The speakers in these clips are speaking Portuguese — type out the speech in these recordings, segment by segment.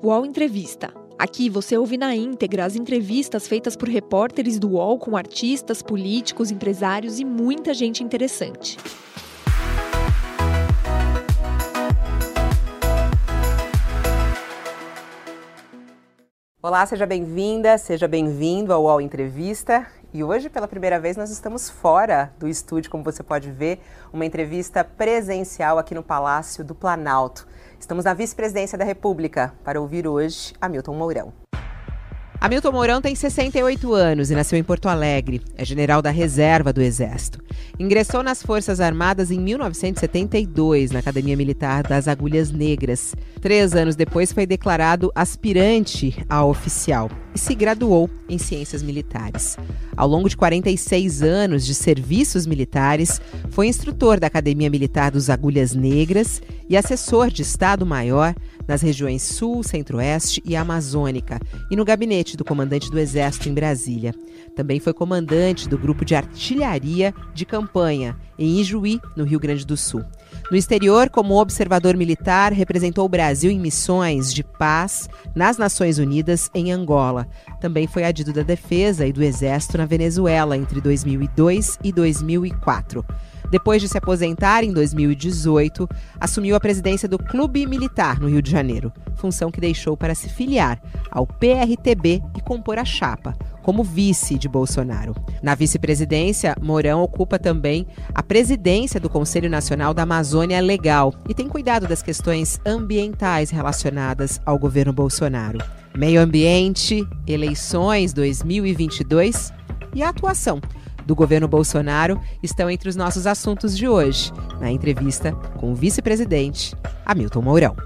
UOL Entrevista. Aqui você ouve na íntegra as entrevistas feitas por repórteres do UOL com artistas, políticos, empresários e muita gente interessante. Olá, seja bem-vinda, seja bem-vindo ao UOL Entrevista. E hoje, pela primeira vez, nós estamos fora do estúdio, como você pode ver, uma entrevista presencial aqui no Palácio do Planalto. Estamos na Vice-Presidência da República para ouvir hoje Hamilton Mourão. Hamilton Mourão tem 68 anos e nasceu em Porto Alegre. É general da reserva do Exército. Ingressou nas Forças Armadas em 1972, na Academia Militar das Agulhas Negras. 3 anos depois foi declarado aspirante a oficial e se graduou em Ciências Militares. Ao longo de 46 anos de serviços militares, foi instrutor da Academia Militar dos Agulhas Negras e assessor de Estado-Maior nas regiões Sul, Centro-Oeste e Amazônica, e no gabinete do comandante do Exército em Brasília. Também foi comandante do Grupo de Artilharia de Campanha, em Ijuí, no Rio Grande do Sul. No exterior, como observador militar, representou o Brasil em missões de paz nas Nações Unidas em Angola. Também foi adido da Defesa e do Exército na Venezuela entre 2002 e 2004. Depois de se aposentar em 2018, assumiu a presidência do Clube Militar no Rio de Janeiro, função que deixou para se filiar ao PRTB e compor a chapa, como vice de Bolsonaro. Na vice-presidência, Mourão ocupa também a presidência do Conselho Nacional da Amazônia Legal e tem cuidado das questões ambientais relacionadas ao governo Bolsonaro. Meio ambiente, eleições 2022 e a atuação do governo Bolsonaro estão entre os nossos assuntos de hoje, na entrevista com o vice-presidente Hamilton Mourão.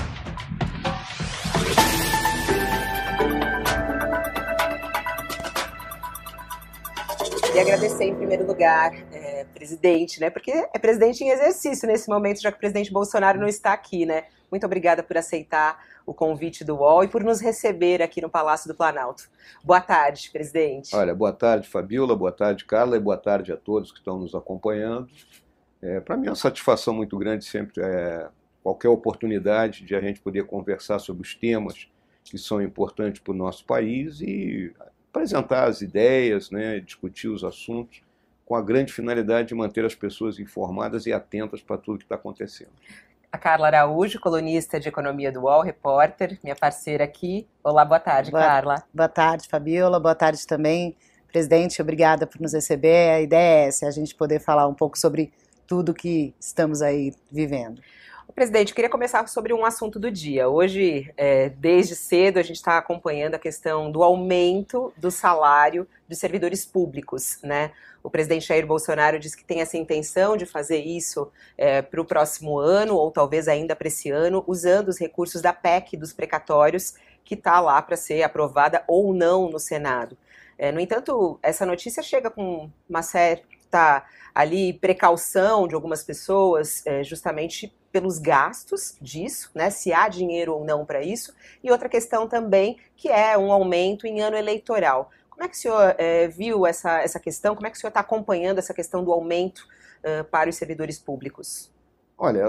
E agradecer em primeiro lugar, presidente, né? Porque é presidente em exercício nesse momento, já que o presidente Bolsonaro não está aqui, né? Muito obrigada por aceitar o convite do UOL e por nos receber aqui no Palácio do Planalto. Boa tarde, presidente. Olha, boa tarde, Fabiola, boa tarde, Carla, e boa tarde a todos que estão nos acompanhando. Para mim é uma satisfação muito grande sempre qualquer oportunidade de a gente poder conversar sobre os temas que são importantes para o nosso país e apresentar as ideias, né, discutir os assuntos com a grande finalidade de manter as pessoas informadas e atentas para tudo que está acontecendo. A Carla Araújo, colunista de economia do UOL, repórter, minha parceira aqui. Olá, boa tarde, Carla. Boa tarde, Fabiola. Boa tarde também, presidente. Obrigada por nos receber. A ideia é essa, a gente poder falar um pouco sobre tudo que estamos aí vivendo. Presidente, queria começar sobre um assunto do dia. Hoje, desde cedo, a gente está acompanhando a questão do aumento do salário dos servidores públicos, né? O presidente Jair Bolsonaro disse que tem essa intenção de fazer isso para o próximo ano, ou talvez ainda para esse ano, usando os recursos da PEC dos precatórios, que está lá para ser aprovada ou não no Senado. No entanto, essa notícia chega com uma certa precaução de algumas pessoas, justamente pelos gastos disso, né, se há dinheiro ou não para isso, e outra questão também, que é um aumento em ano eleitoral. Como é que o senhor viu essa questão? Como é que o senhor está acompanhando essa questão do aumento para os servidores públicos? Olha,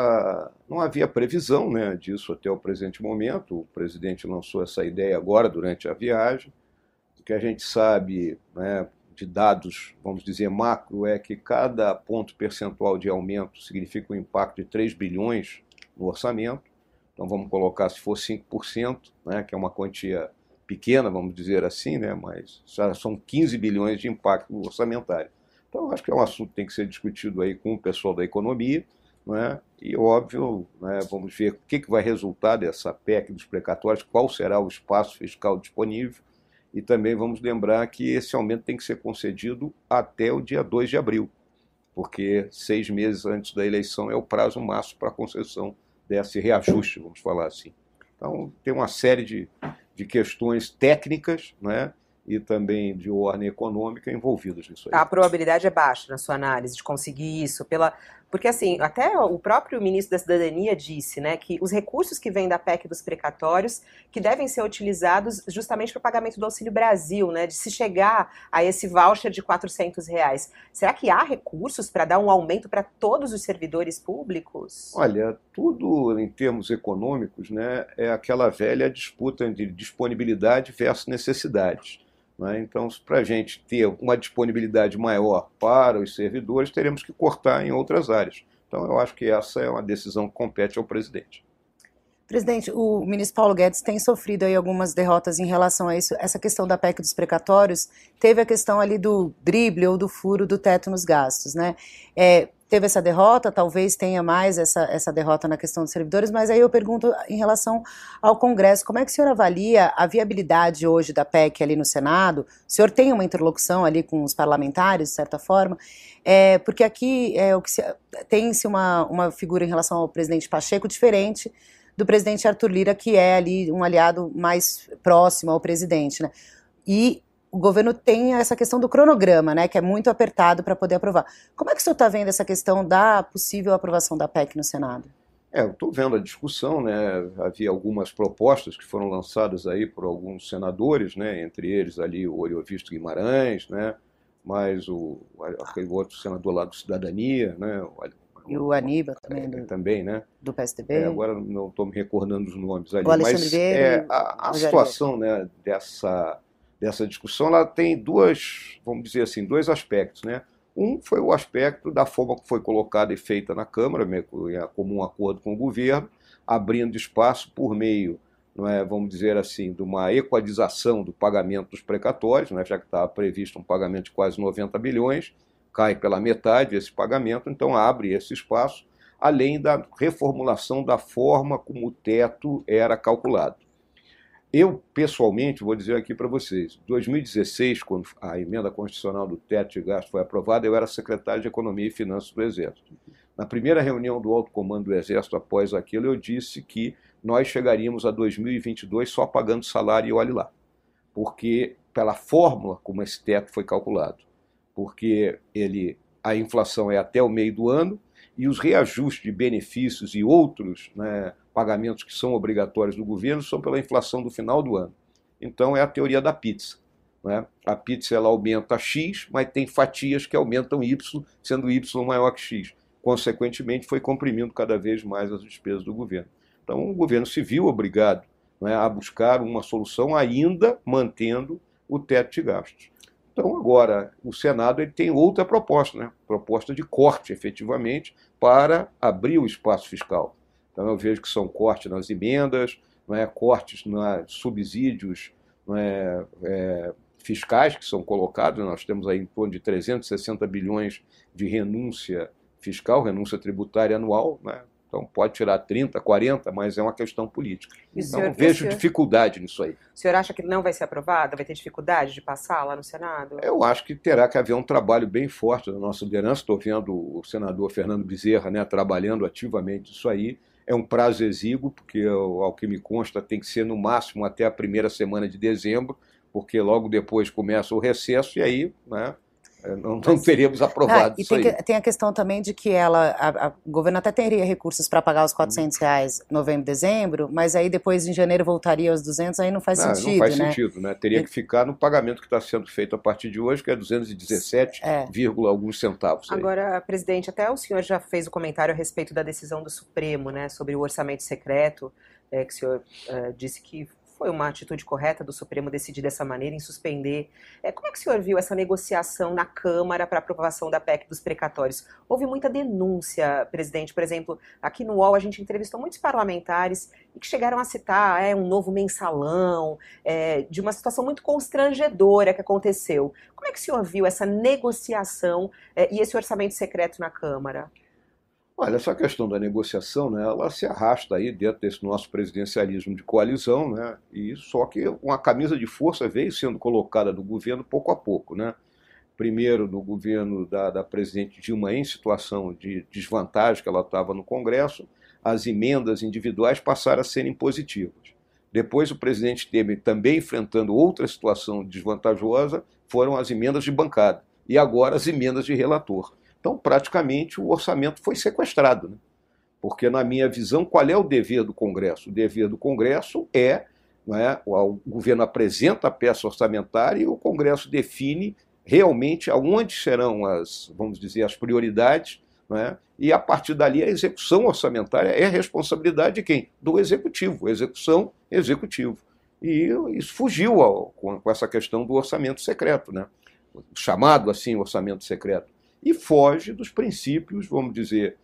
não havia previsão, né, disso até o presente momento. O presidente lançou essa ideia agora, durante a viagem. O que a gente sabe, né, de dados, vamos dizer, macro, é que cada ponto percentual de aumento significa um impacto de 3 bilhões no orçamento. Então vamos colocar, se for 5%, né, que é uma quantia pequena, vamos dizer assim, né, mas já são 15 bilhões de impacto orçamentário. Então eu acho que é um assunto que tem que ser discutido aí com o pessoal da economia, né, e óbvio, né, vamos ver o que vai resultar dessa PEC dos precatórios, qual será o espaço fiscal disponível. E também vamos lembrar que esse aumento tem que ser concedido até o dia 2 de abril, porque 6 meses antes da eleição é o prazo máximo para a concessão desse reajuste, vamos falar assim. Então, tem uma série de questões técnicas, né, e também de ordem econômica envolvidas nisso aí. A probabilidade é baixa, na sua análise, de conseguir isso, Porque, assim, até o próprio ministro da Cidadania disse, né, que os recursos que vêm da PEC dos precatórios, que devem ser utilizados justamente para o pagamento do Auxílio Brasil, né, de se chegar a esse voucher de R$ 400. Será que há recursos para dar um aumento para todos os servidores públicos? Olha, tudo em termos econômicos, né, é aquela velha disputa entre disponibilidade versus necessidades. Então, para a gente ter uma disponibilidade maior para os servidores, teremos que cortar em outras áreas. Então, eu acho que essa é uma decisão que compete ao presidente. Presidente, o ministro Paulo Guedes tem sofrido aí algumas derrotas em relação a isso. Essa questão da PEC dos precatórios, teve a questão ali do drible ou do furo do teto nos gastos, né? Teve essa derrota, talvez tenha mais essa derrota na questão dos servidores, mas aí eu pergunto em relação ao Congresso, como é que o senhor avalia a viabilidade hoje da PEC ali no Senado? O senhor tem uma interlocução ali com os parlamentares, de certa forma? Porque aqui tem-se uma figura em relação ao presidente Pacheco diferente do presidente Arthur Lira, que é ali um aliado mais próximo ao presidente, né? E o governo tem essa questão do cronograma, né, que é muito apertado para poder aprovar. Como é que o senhor está vendo essa questão da possível aprovação da PEC no Senado? Eu estou vendo a discussão, né? Havia algumas propostas que foram lançadas aí por alguns senadores, né? Entre eles ali o Oriovisto Guimarães, né? Mais aquele outro senador lá do Cidadania, né? E o Aníbal também, também, né? Do PSDB. Agora não estou me recordando os nomes ali, o Alexandre mas Vieira, a situação, né, dessa discussão, ela tem vamos dizer assim, dois aspectos, né? Um foi o aspecto da forma que foi colocada e feita na Câmara, em comum acordo com o governo, abrindo espaço por meio, não é, vamos dizer assim, de uma equalização do pagamento dos precatórios, né, já que estava previsto um pagamento de quase 90 bilhões, cai pela metade esse pagamento, então abre esse espaço, além da reformulação da forma como o teto era calculado. Eu, pessoalmente, vou dizer aqui para vocês, em 2016, quando a emenda constitucional do teto de gasto foi aprovada, eu era secretário de Economia e Finanças do Exército. Na primeira reunião do alto comando do Exército, após aquilo, eu disse que nós chegaríamos a 2022 só pagando salário e olhe lá, porque pela fórmula como esse teto foi calculado, porque a inflação é até o meio do ano e os reajustes de benefícios e outros, né, pagamentos que são obrigatórios do governo são pela inflação do final do ano. Então é a teoria da pizza, né? A pizza ela aumenta X, mas tem fatias que aumentam Y, sendo Y maior que X. Consequentemente, foi comprimindo cada vez mais as despesas do governo. Então o governo se viu obrigado, né, a buscar uma solução ainda mantendo o teto de gastos. Então, agora, o Senado tem outra proposta, né? Proposta de corte, efetivamente, para abrir o espaço fiscal. Então, eu vejo que são cortes nas emendas, cortes nos subsídios fiscais que são colocados. Nós temos aí em torno de 360 bilhões de renúncia fiscal, renúncia tributária anual, né? Então pode tirar 30, 40, mas é uma questão política. Então vejo dificuldade nisso aí. O senhor acha que não vai ser aprovada? Vai ter dificuldade de passar lá no Senado? Eu acho que terá que haver um trabalho bem forte da nossa liderança. Estou vendo o senador Fernando Bezerra, né, trabalhando ativamente isso aí. É um prazo exíguo, porque, ao que me consta, tem que ser no máximo até a primeira semana de dezembro, porque logo depois começa o recesso e aí, né, não teríamos aprovado isso aí. Tem a questão também de que o governo até teria recursos para pagar os R$400 em novembro, dezembro, mas aí depois em janeiro voltaria aos 200, aí não faz sentido, não faz sentido, né? Teria que ficar no pagamento que está sendo feito a partir de hoje, que é 217, alguns centavos. Aí. Agora, presidente, até o senhor já fez o comentário a respeito da decisão do Supremo, né, sobre o orçamento secreto, que o senhor disse que foi uma atitude correta do Supremo decidir dessa maneira, em suspender. Como é que o senhor viu essa negociação na Câmara para aprovação da PEC dos precatórios? Houve muita denúncia, presidente. Por exemplo, aqui no UOL a gente entrevistou muitos parlamentares e que chegaram a citar um novo mensalão, de uma situação muito constrangedora que aconteceu. Como é que o senhor viu essa negociação e esse orçamento secreto na Câmara? Olha, essa questão da negociação, né, ela se arrasta aí dentro desse nosso presidencialismo de coalizão, né, e só que uma camisa de força veio sendo colocada do governo pouco a pouco, né. Primeiro do governo da presidente Dilma em situação de desvantagem que ela estava no Congresso, as emendas individuais passaram a serem positivas. Depois o presidente Temer também enfrentando outra situação desvantajosa, foram as emendas de bancada, e agora as emendas de relator. Então, praticamente, o orçamento foi sequestrado, né? Porque, na minha visão, qual é o dever do Congresso? O dever do Congresso não é, o governo apresenta a peça orçamentária e o Congresso define realmente aonde serão vamos dizer, as prioridades, não é? E a partir dali a execução orçamentária é responsabilidade de quem? Do Executivo, execução, Executivo. E isso fugiu com essa questão do orçamento secreto, né? Chamado assim orçamento secreto, e foge dos princípios, vamos dizer,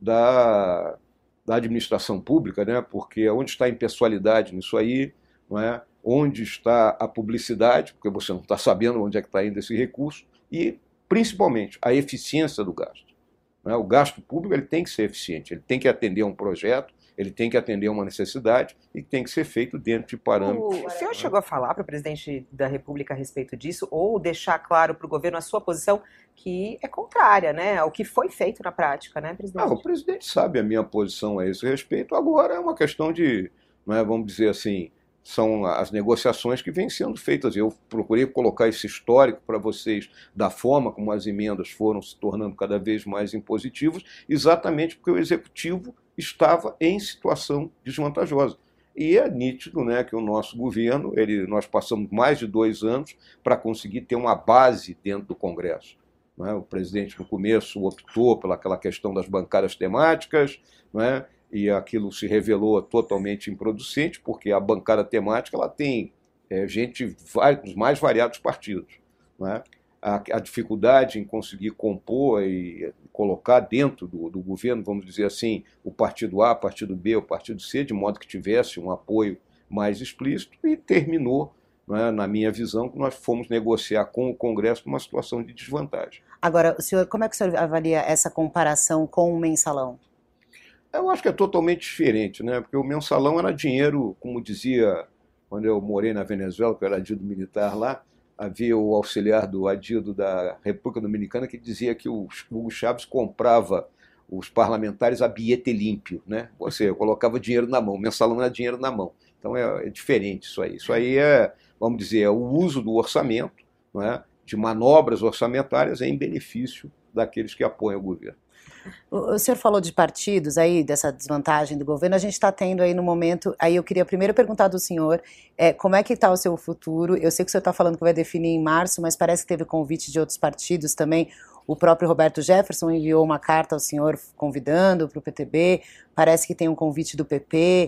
da administração pública, né? Porque onde está a impessoalidade nisso aí, não é? Onde está a publicidade, porque você não está sabendo onde é que está indo esse recurso, e, principalmente, a eficiência do gasto. Não é? O gasto público ele tem que ser eficiente, ele tem que atender a um projeto, ele tem que atender a uma necessidade e tem que ser feito dentro de parâmetros. O senhor chegou a falar para o presidente da República a respeito disso, ou deixar claro para o governo a sua posição, que é contrária, né, ao que foi feito na prática, né, presidente? O presidente sabe a minha posição a esse respeito, agora é uma questão de, não é, vamos dizer assim, são as negociações que vêm sendo feitas. Eu procurei colocar esse histórico para vocês da forma como as emendas foram se tornando cada vez mais impositivas, exatamente porque o Executivo estava em situação desvantajosa. E é nítido, né, que o nosso governo, nós passamos mais de 2 anos para conseguir ter uma base dentro do Congresso. Não é? O presidente, no começo, optou pelaquela questão das bancadas temáticas, não é? E aquilo se revelou totalmente improducente, porque a bancada temática ela tem gente dos mais variados partidos. Não é? A dificuldade em conseguir compor e colocar dentro do governo, vamos dizer assim, o partido A, o partido B, o partido C, de modo que tivesse um apoio mais explícito, e terminou, não é, na minha visão, que nós fomos negociar com o Congresso numa situação de desvantagem. Agora, como é que o senhor avalia essa comparação com o mensalão? Eu acho que é totalmente diferente, né? Porque o mensalão era dinheiro, como dizia quando eu morei na Venezuela, que eu era adido militar lá, havia o auxiliar do adido da República Dominicana que dizia que o Hugo Chávez comprava os parlamentares a bilhete límpio, né? Você colocava dinheiro na mão, o mensalão era dinheiro na mão. Então é diferente isso aí. Isso aí vamos dizer, é o uso do orçamento, não é? De manobras orçamentárias em benefício daqueles que apoiam o governo. O senhor falou de partidos aí, dessa desvantagem do governo, a gente está tendo aí no momento, aí eu queria primeiro perguntar do senhor, como é que está o seu futuro? Eu sei que o senhor está falando que vai definir em março, mas parece que teve convite de outros partidos também, o próprio Roberto Jefferson enviou uma carta ao senhor convidando para o PTB, parece que tem um convite do PP,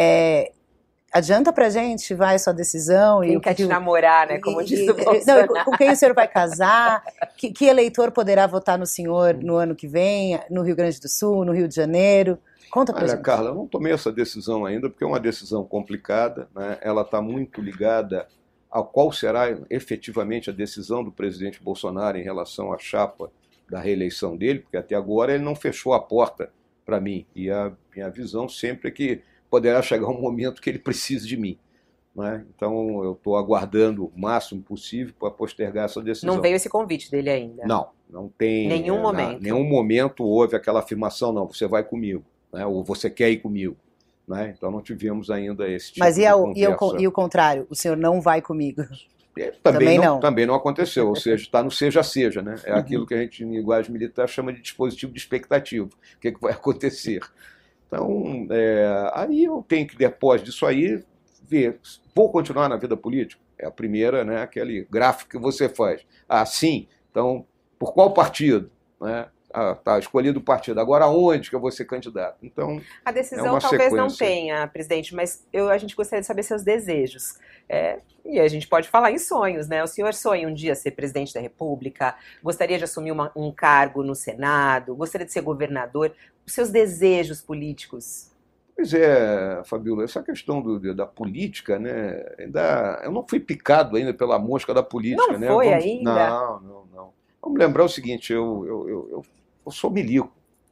adianta pra gente, vai sua decisão. Quem quer te namorar, né, como diz o Bolsonaro. Não, com quem o senhor vai casar, que eleitor poderá votar no senhor no ano que vem, no Rio Grande do Sul, no Rio de Janeiro? Conta pra gente. Olha, Carla, eu não tomei essa decisão ainda, porque é uma decisão complicada, né? Ela está muito ligada a qual será efetivamente a decisão do presidente Bolsonaro em relação à chapa da reeleição dele, porque até agora ele não fechou a porta para mim, e a minha visão sempre é que poderá chegar um momento que ele precise de mim. Né? Então, eu estou aguardando o máximo possível para postergar essa decisão. Não veio esse convite dele ainda? Não tem. Nenhum momento. Nenhum momento houve aquela afirmação, não, você vai comigo, né? Ou você quer ir comigo. Né? Então, não tivemos ainda esse tipo de conversa. E o contrário? O senhor não vai comigo? Também não aconteceu, ou seja, está no seja-seja, né? É aquilo que a gente, em linguagem militar, chama de dispositivo de expectativa. O que vai acontecer? Então, aí eu tenho que, depois disso aí, ver, vou continuar na vida política? É a primeira, né, aquele gráfico que você faz. Sim, então, por qual partido? Né? Tá, escolhido o partido. Agora, aonde que eu vou ser candidato? Então, a decisão talvez não tenha, presidente, mas a gente gostaria de saber seus desejos. E a gente pode falar em sonhos, né? O senhor sonha um dia ser presidente da República, gostaria de assumir um cargo no Senado, gostaria de ser governador. Os seus desejos políticos? Pois é, Fabíola, essa questão da política, né? Eu não fui picado ainda pela mosca da política. Não né? foi ainda? Não. Vamos lembrar o seguinte, eu sou milico.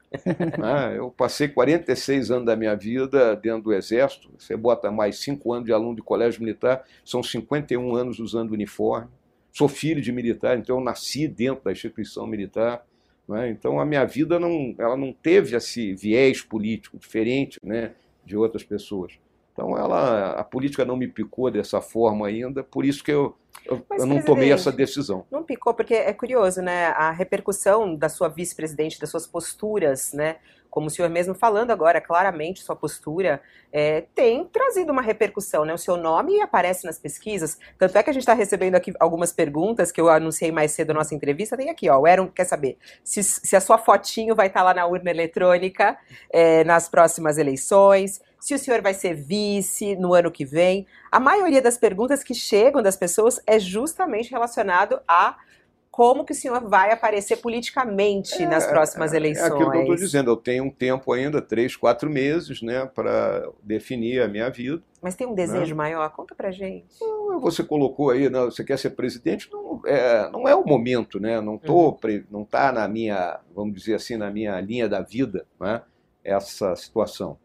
Né? Eu passei 46 anos da minha vida dentro do Exército, você bota mais 5 anos de aluno de colégio militar, são 51 anos usando uniforme. Sou filho de militar, então eu nasci dentro da instituição militar. Né? Então a minha vida ela não teve esse viés político diferente, né, de outras pessoas. Então a política não me picou dessa forma ainda, por isso que eu Mas, não tomei essa presidente, decisão. não picou, porque é curioso, né? A repercussão da sua vice-presidente, das suas posturas, né? Como o senhor mesmo falando agora, claramente sua postura tem trazido uma repercussão, né? O seu nome aparece nas pesquisas, tanto é que a gente está recebendo aqui algumas perguntas que eu anunciei mais cedo na nossa entrevista. Tem aqui, ó, o Eron quer saber se a sua fotinho vai estar lá na urna eletrônica nas próximas eleições, se o senhor vai ser vice no ano que vem. A maioria das perguntas que chegam das pessoas é justamente relacionado a como que o senhor vai aparecer politicamente nas próximas eleições. É aquilo que eu estou dizendo, eu tenho um tempo ainda, 3, 4 meses, né, para definir a minha vida. Mas tem um desejo maior? Conta pra gente. Você colocou aí, né, você quer ser presidente? Não é o momento, né? Não está na minha, vamos dizer assim, na minha linha da vida, né, essa situação.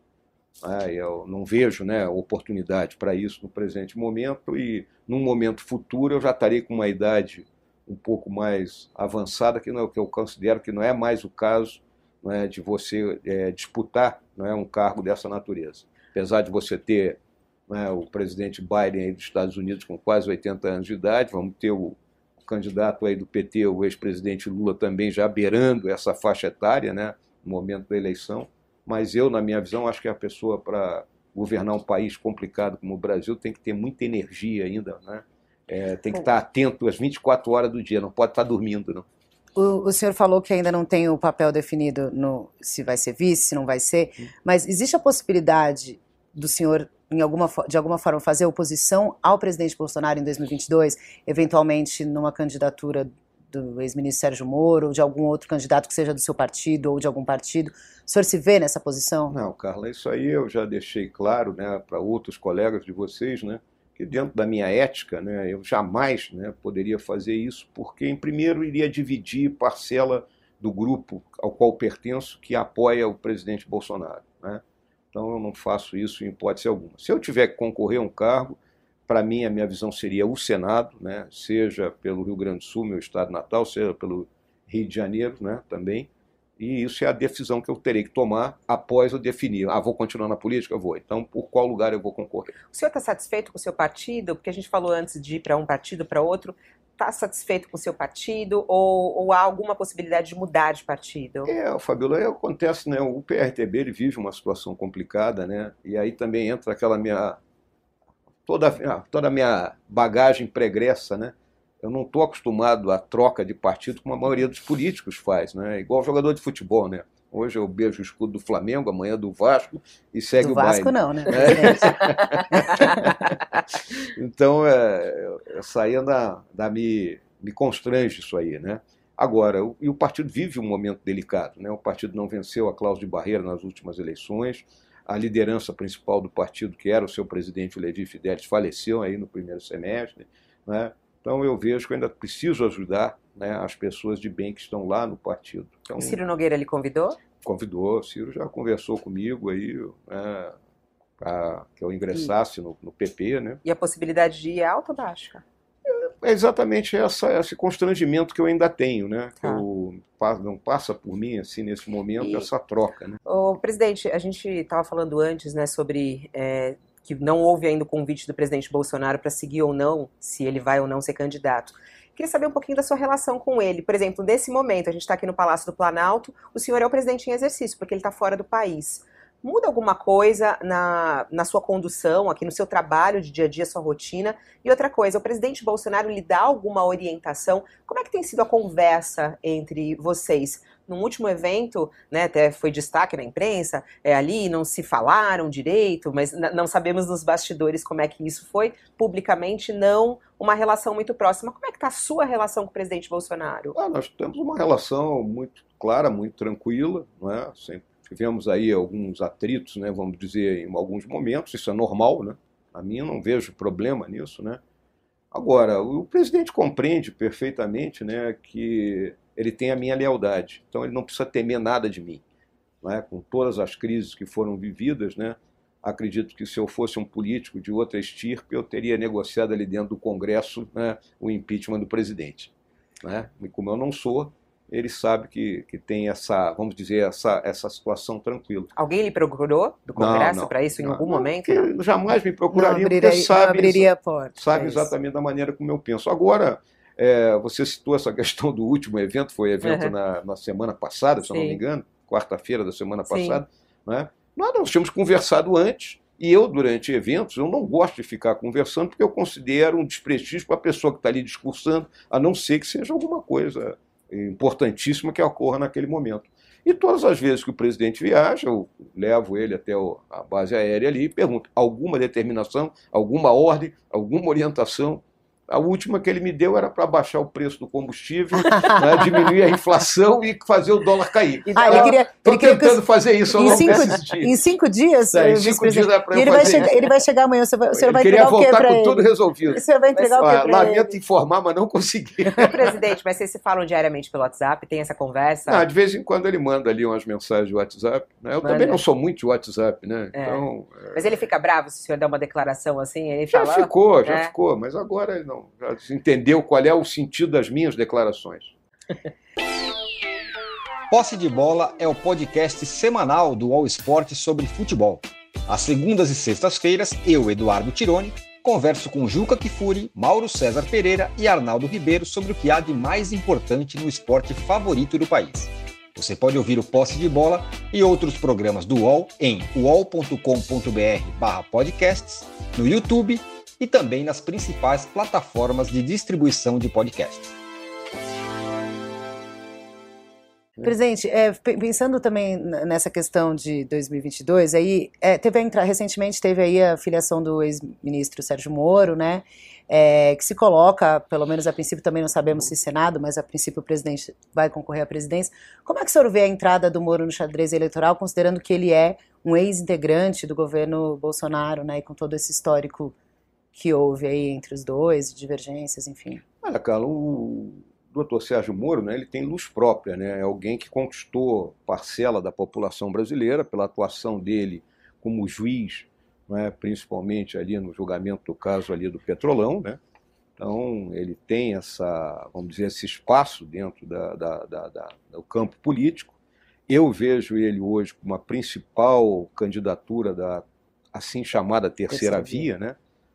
Eu não vejo, né, oportunidade para isso no presente momento, e num momento futuro eu já estarei com uma idade um pouco mais avançada, que eu considero que não é mais o caso, né, de você disputar, né, um cargo dessa natureza. Apesar de você ter, né, o presidente Biden aí dos Estados Unidos com quase 80 anos de idade, vamos ter o candidato aí do PT, o ex-presidente Lula, também já beirando essa faixa etária, né, no momento da eleição. Mas eu, na minha visão, acho que a pessoa, para governar um país complicado como o Brasil, tem que ter muita energia ainda, né? Tem que estar atento às 24 horas do dia, não pode estar dormindo, não. O senhor falou que ainda não tem o papel definido se vai ser vice, se não vai ser, mas existe a possibilidade do senhor, de alguma forma, fazer oposição ao presidente Bolsonaro em 2022, eventualmente numa candidatura do ex-ministro Sérgio Moro, ou de algum outro candidato que seja do seu partido ou de algum partido? O senhor se vê nessa posição? Não, Carla, isso aí eu já deixei claro, né, para outros colegas de vocês, né, que dentro da minha ética, né, eu jamais, né, poderia fazer isso, porque, em primeiro, iria dividir parcela do grupo ao qual pertenço que apoia o presidente Bolsonaro, né? Então eu não faço isso em hipótese alguma. Se eu tiver que concorrer a um cargo, para mim a minha visão seria o Senado, né, seja pelo Rio Grande do Sul, meu estado natal, seja pelo Rio de Janeiro, né, também. E isso é a decisão que eu terei que tomar após eu definir. Vou continuar na política? Vou. Então, por qual lugar eu vou concorrer? O senhor está satisfeito com o seu partido? Porque a gente falou antes de ir para um partido para outro. Está satisfeito com o seu partido ou há alguma possibilidade de mudar de partido? Fabiola, acontece, né? O PRTB ele vive uma situação complicada, né? E aí também entra aquela toda a minha bagagem pregressa, né? Eu não estou acostumado à troca de partido como a maioria dos políticos faz, né? Igual jogador de futebol, né? Hoje eu beijo o escudo do Flamengo, amanhã do Vasco e segue o baile. Do Vasco não, né? Então, essa aí me constrange isso aí, né? Agora, o partido vive um momento delicado, né? O partido não venceu a cláusula de barreira nas últimas eleições, a liderança principal do partido, que era o seu presidente, o Levi Fidelis, faleceu aí no primeiro semestre, né? Então eu vejo que eu ainda preciso ajudar, né, as pessoas de bem que estão lá no partido. Então, o Ciro Nogueira lhe convidou? Convidou, o Ciro já conversou comigo aí, né, para que eu ingressasse no PP, né? E a possibilidade de ir é alta ou baixa? É exatamente esse constrangimento que eu ainda tenho, né? Tá. Não passa por mim, assim, nesse momento, essa troca, né? Ô, presidente, a gente estava falando antes, né, sobre que não houve ainda o convite do presidente Bolsonaro para seguir ou não, se ele vai ou não ser candidato. Queria saber um pouquinho da sua relação com ele. Por exemplo, nesse momento, a gente está aqui no Palácio do Planalto, o senhor é o presidente em exercício, porque ele está fora do país. Muda alguma coisa na sua condução, aqui no seu trabalho de dia a dia, sua rotina? E outra coisa, o presidente Bolsonaro lhe dá alguma orientação? Como é que tem sido a conversa entre vocês? No último evento, né, até foi destaque na imprensa, ali não se falaram direito, mas não sabemos nos bastidores como é que isso foi. Publicamente, não uma relação muito próxima. Como é que está a sua relação com o presidente Bolsonaro? Nós temos uma relação muito clara, muito tranquila, né? Sempre tivemos aí alguns atritos, né, vamos dizer, em alguns momentos, isso é normal, né? A mim eu não vejo problema nisso, né? Agora, o presidente compreende perfeitamente, né, que ele tem a minha lealdade, então ele não precisa temer nada de mim, né? Com todas as crises que foram vividas, né, acredito que se eu fosse um político de outra estirpe, eu teria negociado ali dentro do Congresso, né, o impeachment do presidente, né? E como eu não sou, ele sabe que tem essa, vamos dizer, essa situação tranquila. Alguém lhe procurou do Congresso para isso em algum momento? Jamais me procuraria, porque não abriria a porta. Sabe exatamente da maneira como eu penso. Agora, você citou essa questão do último evento, foi evento na semana passada, se eu não me engano, quarta-feira da semana passada, né? Nós tínhamos conversado antes, e eu, durante eventos, eu não gosto de ficar conversando, porque eu considero um desprestígio para a pessoa que está ali discursando, a não ser que seja alguma coisa importantíssima que ocorra naquele momento. E todas as vezes que o presidente viaja, eu levo ele até a base aérea ali e pergunto: alguma determinação, alguma ordem, alguma orientação? A última que ele me deu era para baixar o preço do combustível, né, diminuir a inflação e fazer o dólar cair. Estou tentando fazer isso ao longo desses dias. Em 5 dias? Em 5 dias dá para eu fazer isso. Ele vai chegar amanhã, o senhor vai entregar o quê para ele? Queria voltar com tudo ele? resolvido. O senhor vai entregar o quê para ele? Lamento informar, mas não consegui. Presidente, mas vocês se falam diariamente pelo WhatsApp? Tem essa conversa? De vez em quando ele manda ali umas mensagens de WhatsApp. Né? Eu também não sou muito de WhatsApp, né? Então, mas ele fica bravo se o senhor der uma declaração assim? Ele já ficou, mas agora ele não. Já entendeu qual é o sentido das minhas declarações. Posse de Bola é o podcast semanal do All Sport sobre futebol. Às segundas e sextas-feiras, eu, Eduardo Tironi, converso com Juca Kfouri, Mauro César Pereira e Arnaldo Ribeiro sobre o que há de mais importante no esporte favorito do país. Você pode ouvir o Posse de Bola e outros programas do UOL em uol.com.br/podcasts, no YouTube e também nas principais plataformas de distribuição de podcasts. Presidente, pensando também nessa questão de 2022, aí, recentemente teve aí a filiação do ex-ministro Sérgio Moro, né, que se coloca, pelo menos a princípio, também não sabemos se Senado, mas a princípio o presidente vai concorrer à presidência. Como é que o senhor vê a entrada do Moro no xadrez eleitoral, considerando que ele é um ex-integrante do governo Bolsonaro, né, e com todo esse histórico que houve aí entre os dois, divergências, enfim? Olha, Carla, o doutor Sérgio Moro, né, ele tem luz própria, né, é alguém que conquistou parcela da população brasileira pela atuação dele como juiz, né, principalmente ali no julgamento do caso ali do Petrolão, né? Então ele tem vamos dizer, esse espaço dentro do campo político. Eu vejo ele hoje como a principal candidatura da assim chamada terceira via, né?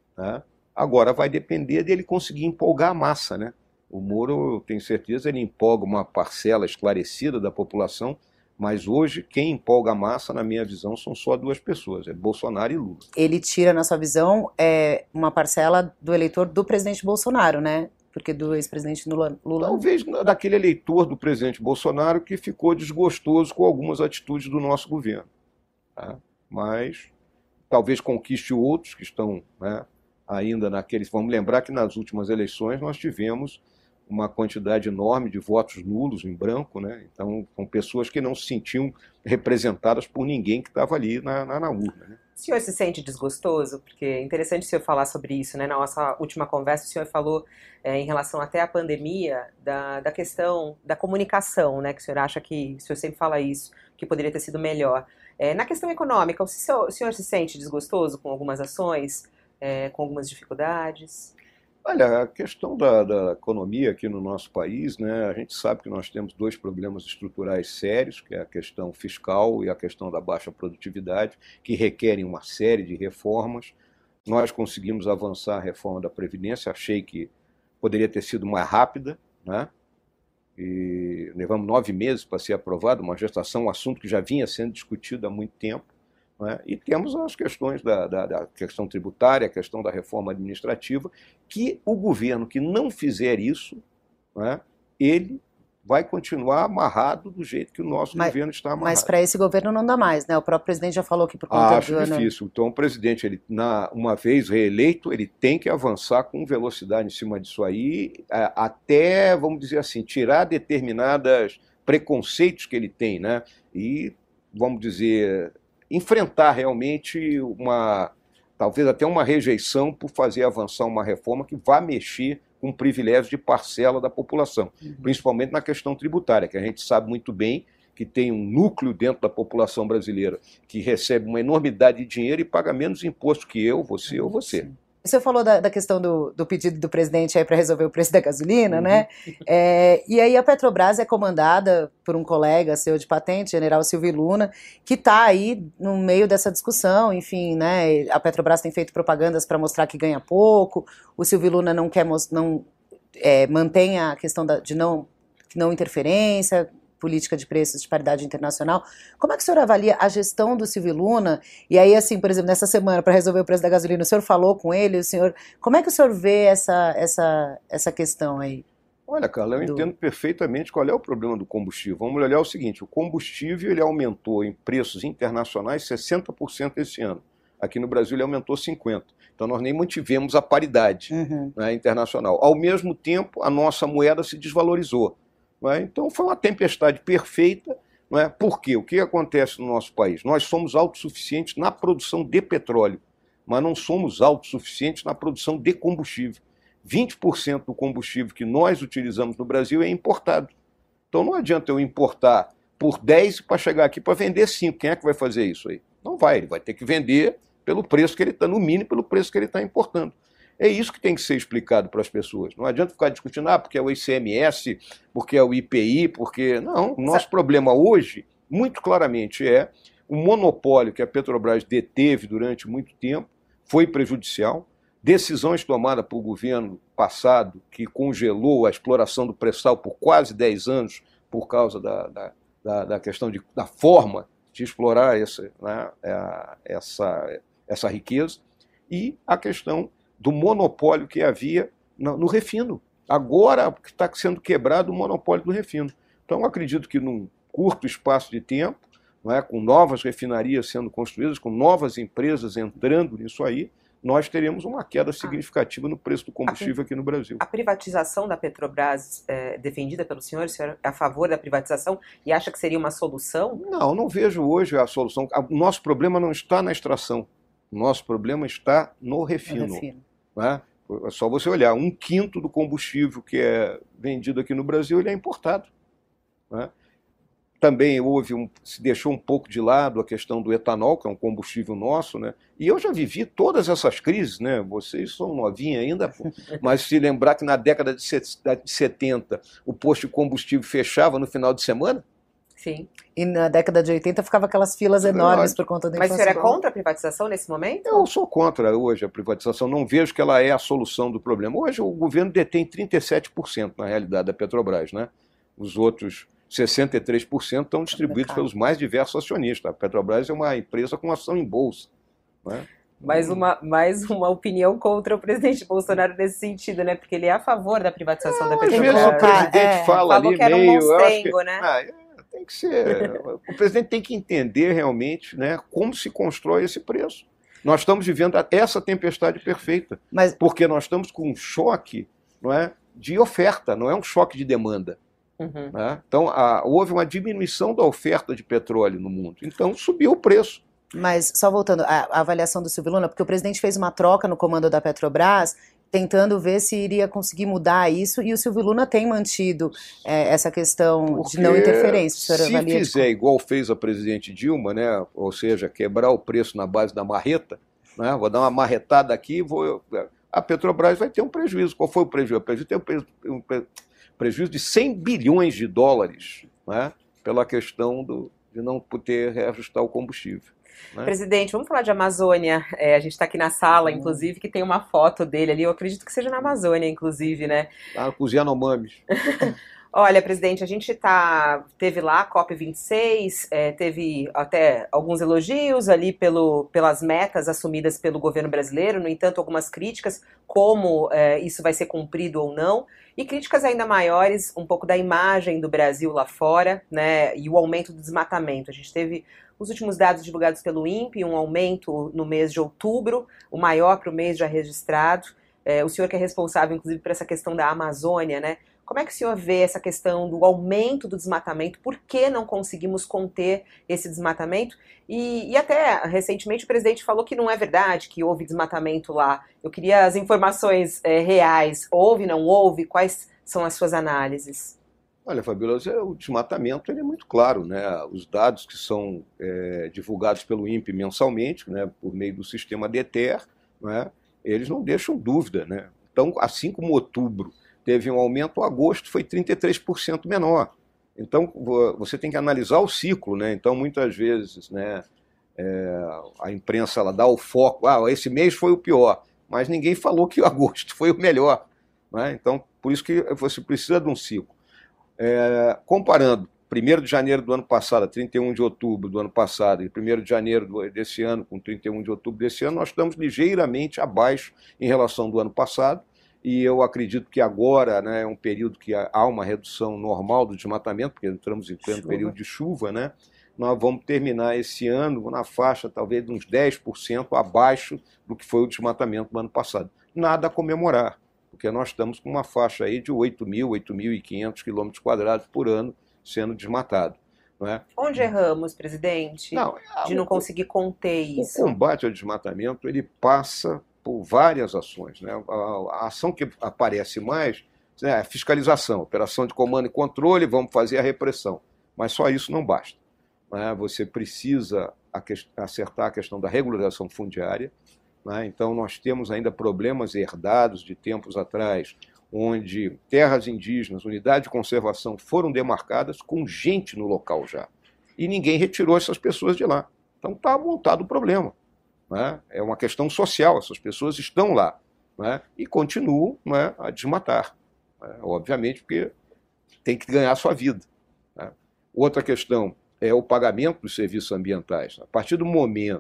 Agora vai depender dele conseguir empolgar a massa, né? O Moro, eu tenho certeza, ele empolga uma parcela esclarecida da população, mas hoje quem empolga a massa, na minha visão, são só 2 pessoas, é Bolsonaro e Lula. Ele tira, na sua visão, uma parcela do eleitor do presidente Bolsonaro, né? Porque do ex-presidente Lula... Talvez daquele eleitor do presidente Bolsonaro que ficou desgostoso com algumas atitudes do nosso governo. Tá? Mas talvez conquiste outros que estão, né, ainda naqueles... Vamos lembrar que nas últimas eleições nós tivemos uma quantidade enorme de votos nulos em branco, né? Então, são pessoas que não se sentiam representadas por ninguém que estava ali na urna. Né? O senhor se sente desgostoso? Porque é interessante o senhor falar sobre isso, né? Na nossa última conversa, o senhor falou em relação até à pandemia, da questão da comunicação, né? Que o senhor acha que, o senhor sempre fala isso, que poderia ter sido melhor. Na questão econômica, o senhor se sente desgostoso com algumas ações, com algumas dificuldades? Olha, a questão da economia aqui no nosso país, né, a gente sabe que nós temos 2 problemas estruturais sérios, que é a questão fiscal e a questão da baixa produtividade, que requerem uma série de reformas. Nós conseguimos avançar a reforma da Previdência, achei que poderia ter sido mais rápida, né? E levamos 9 meses para ser aprovado, uma gestação, um assunto que já vinha sendo discutido há muito tempo. Né? E temos as questões da questão tributária, a questão da reforma administrativa, que o governo que não fizer isso, né, ele vai continuar amarrado do jeito que o nosso governo está amarrado. Mas para esse governo não dá mais, né? O próprio presidente já falou que por conta Acho difícil. Então o presidente, ele, uma vez reeleito, ele tem que avançar com velocidade em cima disso aí, até, vamos dizer assim, tirar determinados preconceitos que ele tem, né? E, vamos dizer, enfrentar realmente talvez até uma rejeição por fazer avançar uma reforma que vá mexer com privilégios de parcela da população, principalmente na questão tributária, que a gente sabe muito bem que tem um núcleo dentro da população brasileira que recebe uma enormidade de dinheiro e paga menos imposto que eu, você ou você. Você falou da questão do pedido do presidente para resolver o preço da gasolina, né? E aí a Petrobras é comandada por um colega seu de patente, general Silvio Luna, que está aí no meio dessa discussão, enfim, né? A Petrobras tem feito propagandas para mostrar que ganha pouco, o Silvio Luna não quer mantém a questão de não interferência, política de preços de paridade internacional. Como é que o senhor avalia a gestão do Silvio Luna? E aí, assim, por exemplo, nessa semana, para resolver o preço da gasolina, o senhor falou com ele, como é que o senhor vê essa questão aí? Olha, Carla, eu entendo perfeitamente qual é o problema do combustível. Vamos olhar o seguinte, o combustível ele aumentou em preços internacionais 60% esse ano. Aqui no Brasil ele aumentou 50%. Então nós nem mantivemos a paridade né, internacional. Ao mesmo tempo, a nossa moeda se desvalorizou. Então foi uma tempestade perfeita. Não é? Por quê? O que acontece no nosso país? Nós somos autossuficientes na produção de petróleo, mas não somos autossuficientes na produção de combustível. 20% do combustível que nós utilizamos no Brasil é importado. Então não adianta eu importar por 10 para chegar aqui para vender 5. Quem é que vai fazer isso aí? Não vai, ele vai ter que vender pelo preço que ele está, no mínimo pelo preço que ele está importando. É isso que tem que ser explicado para as pessoas. Não adianta ficar discutindo, porque é o ICMS, porque é o IPI, porque... Não, o nosso problema hoje, muito claramente, é o monopólio que a Petrobras deteve durante muito tempo, foi prejudicial, decisões tomadas por governo passado, que congelou a exploração do pré-sal por quase 10 anos, por causa da questão da forma de explorar essa riqueza, e a questão do monopólio que havia no refino. Agora que está sendo quebrado o monopólio do refino. Então, acredito que num curto espaço de tempo, com novas refinarias sendo construídas, com novas empresas entrando nisso aí, nós teremos uma queda significativa no preço do combustível aqui no Brasil. A privatização da Petrobras defendida pelo senhor é a favor da privatização e acha que seria uma solução? Não vejo hoje a solução. O nosso problema não está na extração. O nosso problema está no refino. É só você olhar, 1/5 do combustível que é vendido aqui no Brasil ele é importado. Também se deixou um pouco de lado a questão do etanol, que é um combustível nosso, né? E eu já vivi todas essas crises, né? Vocês são novinhos ainda, mas se lembrar que na década de 70 o posto de combustível fechava no final de semana. Sim. E na década de 80 ficava aquelas filas enormes por conta da inflação. Mas o senhor é contra a privatização nesse momento? Eu sou contra hoje a privatização, não vejo que ela é a solução do problema. Hoje o governo detém 37% na realidade da Petrobras, né? Os outros 63% estão distribuídos pelos mais diversos acionistas. A Petrobras é uma empresa com ação em bolsa. Né? Mais uma opinião contra o presidente Bolsonaro nesse sentido, né? Porque ele é a favor da privatização da Petrobras. Às vezes o presidente fala ali que era um monstrengo, né? Tem que ser. O presidente tem que entender realmente, né, como se constrói esse preço. Nós estamos vivendo essa tempestade perfeita, porque nós estamos com um choque, não é, de oferta, não é um choque de demanda. Né? Então, houve uma diminuição da oferta de petróleo no mundo. Então, subiu o preço. Mas, só voltando à avaliação do Silvio Luna, porque o presidente fez uma troca no comando da Petrobras, tentando ver se iria conseguir mudar isso, e o Silvio Luna tem mantido essa questão de não interferência. Se fizer igual fez a presidente Dilma, né, ou seja, quebrar o preço na base da marreta, né, vou dar uma marretada aqui, a Petrobras vai ter um prejuízo. Qual foi o prejuízo? O prejuízo tem um prejuízo de 100 bilhões de dólares, né, pela questão de não poder reajustar o combustível. Né? Presidente, vamos falar de Amazônia. A gente está aqui na sala, inclusive, que tem uma foto dele ali. Eu acredito que seja na Amazônia, inclusive, né? Com os Yanomamis. Olha, presidente, a gente teve lá a COP26, teve até alguns elogios ali pelas metas assumidas pelo governo brasileiro, no entanto, algumas críticas, como isso vai ser cumprido ou não, e críticas ainda maiores, um pouco da imagem do Brasil lá fora, né, e o aumento do desmatamento. A gente teve os últimos dados divulgados pelo INPE, um aumento no mês de outubro, o maior para o mês já registrado. O senhor que é responsável, inclusive, por essa questão da Amazônia, né? Como é que o senhor vê essa questão do aumento do desmatamento? Por que não conseguimos conter esse desmatamento? E até, recentemente, o presidente falou que não é verdade que houve desmatamento lá. Eu queria as informações reais. Houve, não houve? Quais são as suas análises? Olha, Fabíola, o desmatamento ele é muito claro, né? Os dados que são divulgados pelo INPE mensalmente, né, por meio do sistema DETER, né, eles não deixam dúvida, né? Então, assim como outubro teve um aumento, agosto foi 33% menor. Então, você tem que analisar o ciclo, né? Então, muitas vezes, né, a imprensa ela dá o foco, esse mês foi o pior, mas ninguém falou que agosto foi o melhor, né? Então, por isso que você precisa de um ciclo. Comparando 1º de janeiro do ano passado, 31 de outubro do ano passado, e 1º de janeiro desse ano com 31 de outubro desse ano, nós estamos ligeiramente abaixo em relação do ano passado, e eu acredito que agora, né, é um período que há uma redução normal do desmatamento, porque entramos em pleno período de chuva, né? Nós vamos terminar esse ano na faixa talvez de uns 10% abaixo do que foi o desmatamento do ano passado. Nada a comemorar, porque nós estamos com uma faixa aí de 8.000, 8.500 quilômetros quadrados por ano sendo desmatado. Não é? Onde erramos, presidente, de não conseguir conter isso? O combate ao desmatamento ele passa por várias ações, né? A ação que aparece mais é a fiscalização, operação de comando e controle, vamos fazer a repressão. Mas só isso não basta. Né? Você precisa acertar a questão da regularização fundiária. Né? Então nós temos ainda problemas herdados de tempos atrás, onde terras indígenas, unidades de conservação foram demarcadas com gente no local já. E ninguém retirou essas pessoas de lá. Então está montado o problema. Né? É uma questão social, essas pessoas estão lá, né? E continuam, né, a desmatar. Né? Obviamente, porque tem que ganhar a sua vida. Né? Outra questão é o pagamento dos serviços ambientais. A partir do momento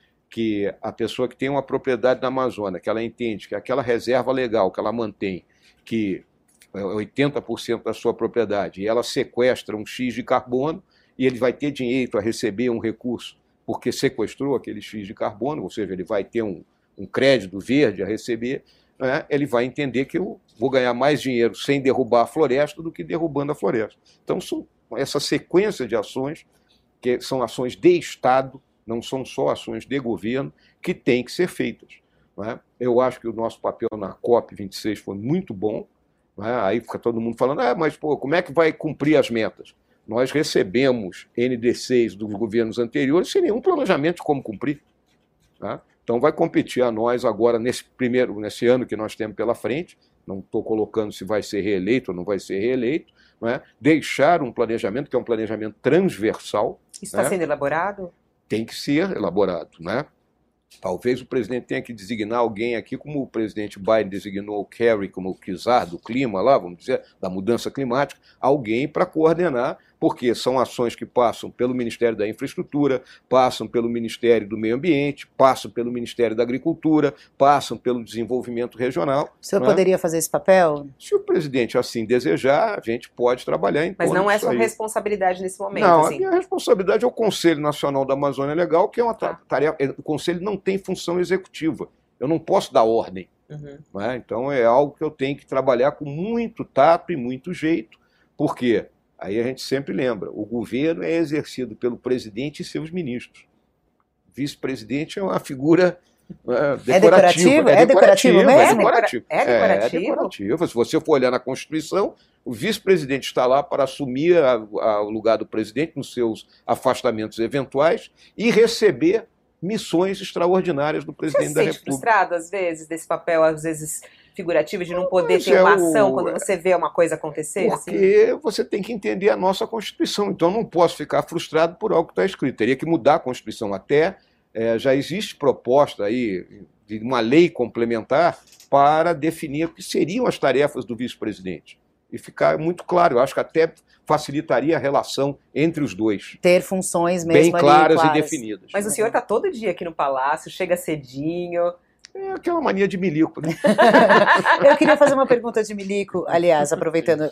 que a pessoa que tem uma propriedade na Amazônia, que ela entende que aquela reserva legal que ela mantém, que é 80% da sua propriedade, e ela sequestra um X de carbono, e ele vai ter direito a receber um recurso porque sequestrou aquele X de carbono, ou seja, ele vai ter um crédito verde a receber, né? Ele vai entender que eu vou ganhar mais dinheiro sem derrubar a floresta do que derrubando a floresta. Então, são essa sequência de ações, que são ações de Estado, não são só ações de governo, que têm que ser feitas. Né? Eu acho que o nosso papel na COP26 foi muito bom. Né? Aí fica todo mundo falando, mas pô, como é que vai cumprir as metas? Nós recebemos NDCs dos governos anteriores sem nenhum planejamento de como cumprir. Tá? Então vai competir a nós agora nesse ano que nós temos pela frente, não estou colocando se vai ser reeleito ou não vai ser reeleito, né? Deixar um planejamento que é um planejamento transversal. Isso está sendo elaborado? Tem que ser elaborado, né? Talvez o presidente tenha que designar alguém aqui, como o presidente Biden designou o Kerry como o czar do clima lá, vamos dizer, da mudança climática, alguém para coordenar, porque são ações que passam pelo Ministério da Infraestrutura, passam pelo Ministério do Meio Ambiente, passam pelo Ministério da Agricultura, passam pelo Desenvolvimento Regional. O senhor poderia fazer esse papel? Se o presidente assim desejar, a gente pode trabalhar em torno disso. Mas não é sua responsabilidade nesse momento? Não, assim. A minha responsabilidade é o Conselho Nacional da Amazônia Legal, que é uma tarefa. O Conselho não tem função executiva. Eu não posso dar ordem. Uhum. Né? Então é algo que eu tenho que trabalhar com muito tato e muito jeito. Por quê? Aí a gente sempre lembra, o governo é exercido pelo presidente e seus ministros. O vice-presidente é uma figura decorativa. É decorativo mesmo? É decorativo. É decorativo. Se você for olhar na Constituição, o vice-presidente está lá para assumir o lugar do presidente nos seus afastamentos eventuais e receber missões extraordinárias do presidente da República. Você se sente frustrado, às vezes, desse papel, às vezes figurativo, de não poder ter uma ação quando você vê uma coisa acontecer? Porque assim? Você tem que entender a nossa Constituição. Então, eu não posso ficar frustrado por algo que está escrito. Teria que mudar a Constituição. Até já existe proposta aí de uma lei complementar para definir o que seriam as tarefas do vice-presidente. E ficar muito claro. Eu acho que até facilitaria a relação entre os dois. Ter funções mesmo bem claras e definidas. Mas o senhor está todo dia aqui no Palácio, chega cedinho. É aquela mania de milico, né? Eu queria fazer uma pergunta de milico, aliás, aproveitando.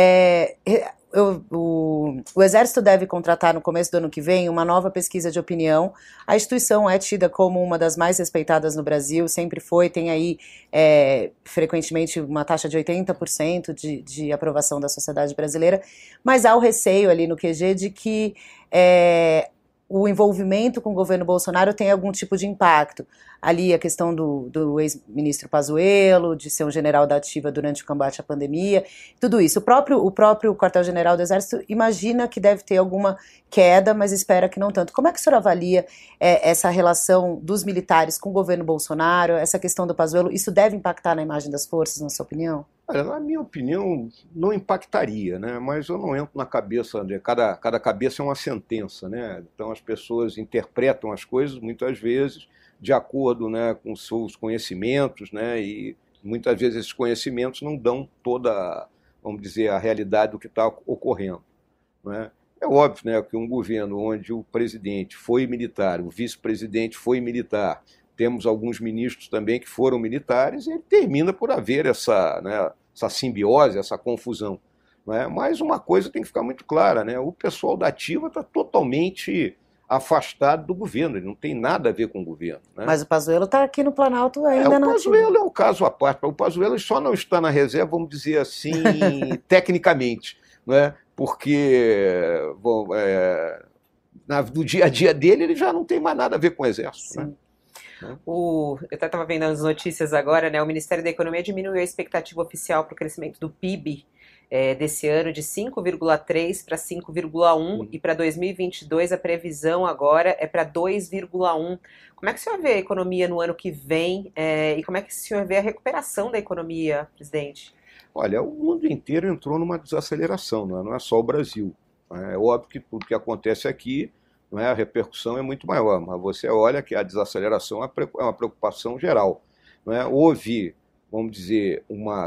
O Exército deve contratar no começo do ano que vem uma nova pesquisa de opinião. A instituição é tida como uma das mais respeitadas no Brasil, sempre foi, tem aí frequentemente uma taxa de 80% de aprovação da sociedade brasileira, mas há o receio ali no QG de que o envolvimento com o governo Bolsonaro tem algum tipo de impacto. Ali a questão do ex-ministro Pazuello, de ser um general da ativa durante o combate à pandemia, tudo isso. O próprio quartel-general do Exército imagina que deve ter alguma queda, mas espera que não tanto. Como é que o senhor avalia essa relação dos militares com o governo Bolsonaro, essa questão do Pazuello? Isso deve impactar na imagem das forças, na sua opinião? Olha, na minha opinião, não impactaria, né? Mas eu não entro na cabeça, cada cabeça é uma sentença, né? Então as pessoas interpretam as coisas, muitas vezes, de acordo, né, com seus conhecimentos, né? E muitas vezes esses conhecimentos não dão toda, vamos dizer, a realidade do que está ocorrendo, né? É óbvio, né, que um governo onde o presidente foi militar, o vice-presidente foi militar, temos alguns ministros também que foram militares, e ele termina por haver essa, né, essa simbiose, essa confusão, né? Mas uma coisa tem que ficar muito clara, né? O pessoal da ativa está totalmente afastado do governo, ele não tem nada a ver com o governo, né? Mas o Pazuello está aqui no Planalto ainda na ativa. O Pazuello é um caso à parte. O Pazuello só não está na reserva, vamos dizer assim, tecnicamente, né? Porque no dia a dia dele ele já não tem mais nada a ver com o Exército, né? Eu até estava vendo as notícias agora, né? O Ministério da Economia diminuiu a expectativa oficial para o crescimento do PIB desse ano de 5,3 para 5,1 e para 2022 a previsão agora é para 2,1. Como é que o senhor vê a economia no ano que vem e como é que o senhor vê a recuperação da economia, presidente? Olha, o mundo inteiro entrou numa desaceleração, não é só o Brasil. É óbvio que tudo que acontece aqui, não é, a repercussão é muito maior, mas você olha que a desaceleração é uma preocupação geral. Não é? Houve, vamos dizer, uma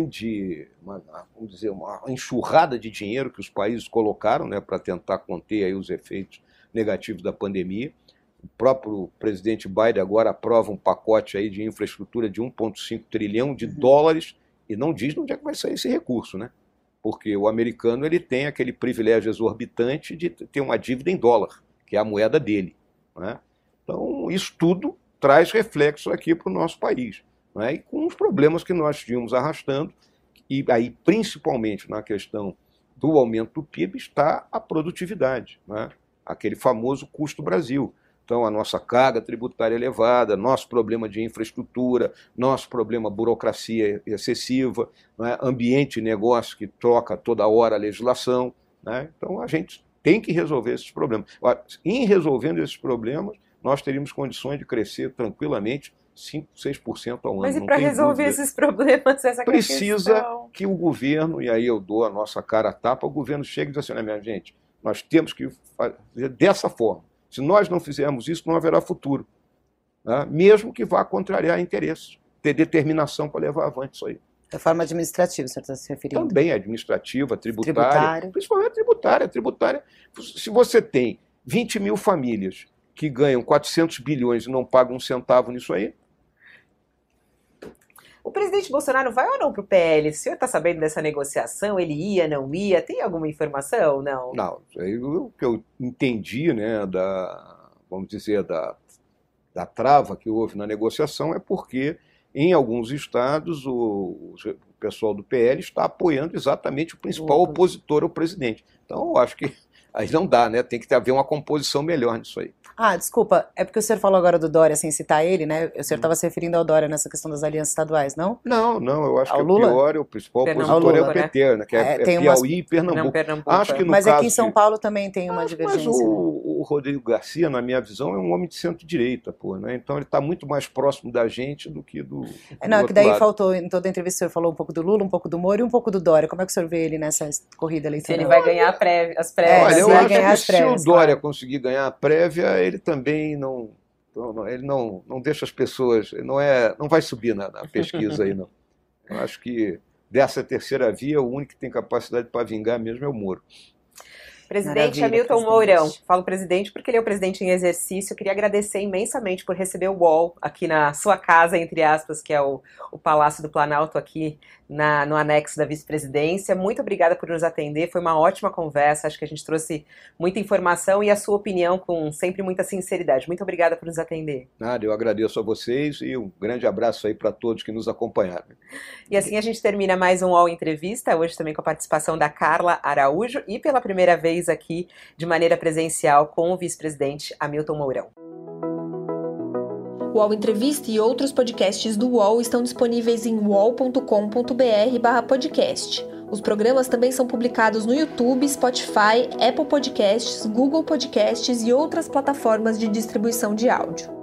enxurrada de dinheiro que os países colocaram, né, para tentar conter aí os efeitos negativos da pandemia. O próprio presidente Biden agora aprova um pacote aí de infraestrutura de 1,5 trilhão de dólares e não diz de onde é que vai sair esse recurso, né? Porque o americano ele tem aquele privilégio exorbitante de ter uma dívida em dólar, que é a moeda dele, né? Então, isso tudo traz reflexo aqui para o nosso país, né? E com os problemas que nós tínhamos arrastando, e aí principalmente na questão do aumento do PIB está a produtividade, né? Aquele famoso custo Brasil. Então, a nossa carga tributária elevada, nosso problema de infraestrutura, nosso problema burocracia excessiva, né? Ambiente de negócio que troca toda hora a legislação, né? Então, a gente tem que resolver esses problemas. Em resolvendo esses problemas, nós teríamos condições de crescer tranquilamente 5%, 6% ao ano. Mas e para resolver esses problemas, essa precisa questão? Que o governo, e aí eu dou a nossa cara a tapa, o governo chegue e diz assim, né, minha gente, nós temos que fazer dessa forma. Se nós não fizermos isso, não haverá futuro, né? Mesmo que vá contrariar interesses, ter determinação para levar avante isso aí. Reforma administrativa, o senhor está se referindo? Também administrativa, tributária. Principalmente tributária. Se você tem 20 mil famílias que ganham 400 bilhões e não pagam um centavo nisso aí. O presidente Bolsonaro vai ou não para o PL? O senhor está sabendo dessa negociação? Ele ia, não ia? Tem alguma informação? Não. Não, o que eu entendi, né, vamos dizer, da trava que houve na negociação é porque em alguns estados o pessoal do PL está apoiando exatamente o principal opositor ao presidente. Então eu acho que aí não dá, né? Tem que haver uma composição melhor nisso aí. Ah, desculpa, é porque o senhor falou agora do Dória sem citar ele, né? O senhor estava se referindo ao Dória nessa questão das alianças estaduais, não? Não, eu acho que Lula? o pior, o principal opositor Lula, é o PT, né? Que é Piauí e Pernambuco. Não, Pernambuco. Acho que no mas caso aqui em São Paulo também tem uma divergência. Mas o Rodrigo Garcia, na minha visão, é um homem de centro-direita, né? Então ele está muito mais próximo da gente do que do Não, do que daí lado. faltou, em toda a entrevista o senhor falou um pouco do Lula, um pouco do Moro e um pouco do Dória. Como é que o senhor vê ele nessa corrida eleitoral? Se ele vai ganhar as prévias. Olha, eu vai acho ganhar que as prévias, se o Dória claro. conseguir ganhar a prévia, ele também ele não deixa as pessoas, não vai subir na pesquisa aí, não. Eu acho que dessa terceira via, o único que tem capacidade para vingar mesmo é o Moro. Presidente Maravilha, Hamilton presidente. Mourão, falo presidente porque ele é o presidente em exercício, eu queria agradecer imensamente por receber o UOL aqui na sua casa, entre aspas, que é o Palácio do Planalto aqui no anexo da vice-presidência. Muito obrigada por nos atender, foi uma ótima conversa, acho que a gente trouxe muita informação e a sua opinião com sempre muita sinceridade. Muito obrigada por nos atender. Nada, eu agradeço a vocês e um grande abraço aí para todos que nos acompanharam. E assim a gente termina mais um UOL Entrevista, hoje também com a participação da Carla Araújo e pela primeira vez vez aqui de maneira presencial com o vice-presidente Hamilton Mourão. O UOL Entrevista e outros podcasts do UOL estão disponíveis em uol.com.br/podcast. Os programas também são publicados no YouTube, Spotify, Apple Podcasts, Google Podcasts e outras plataformas de distribuição de áudio.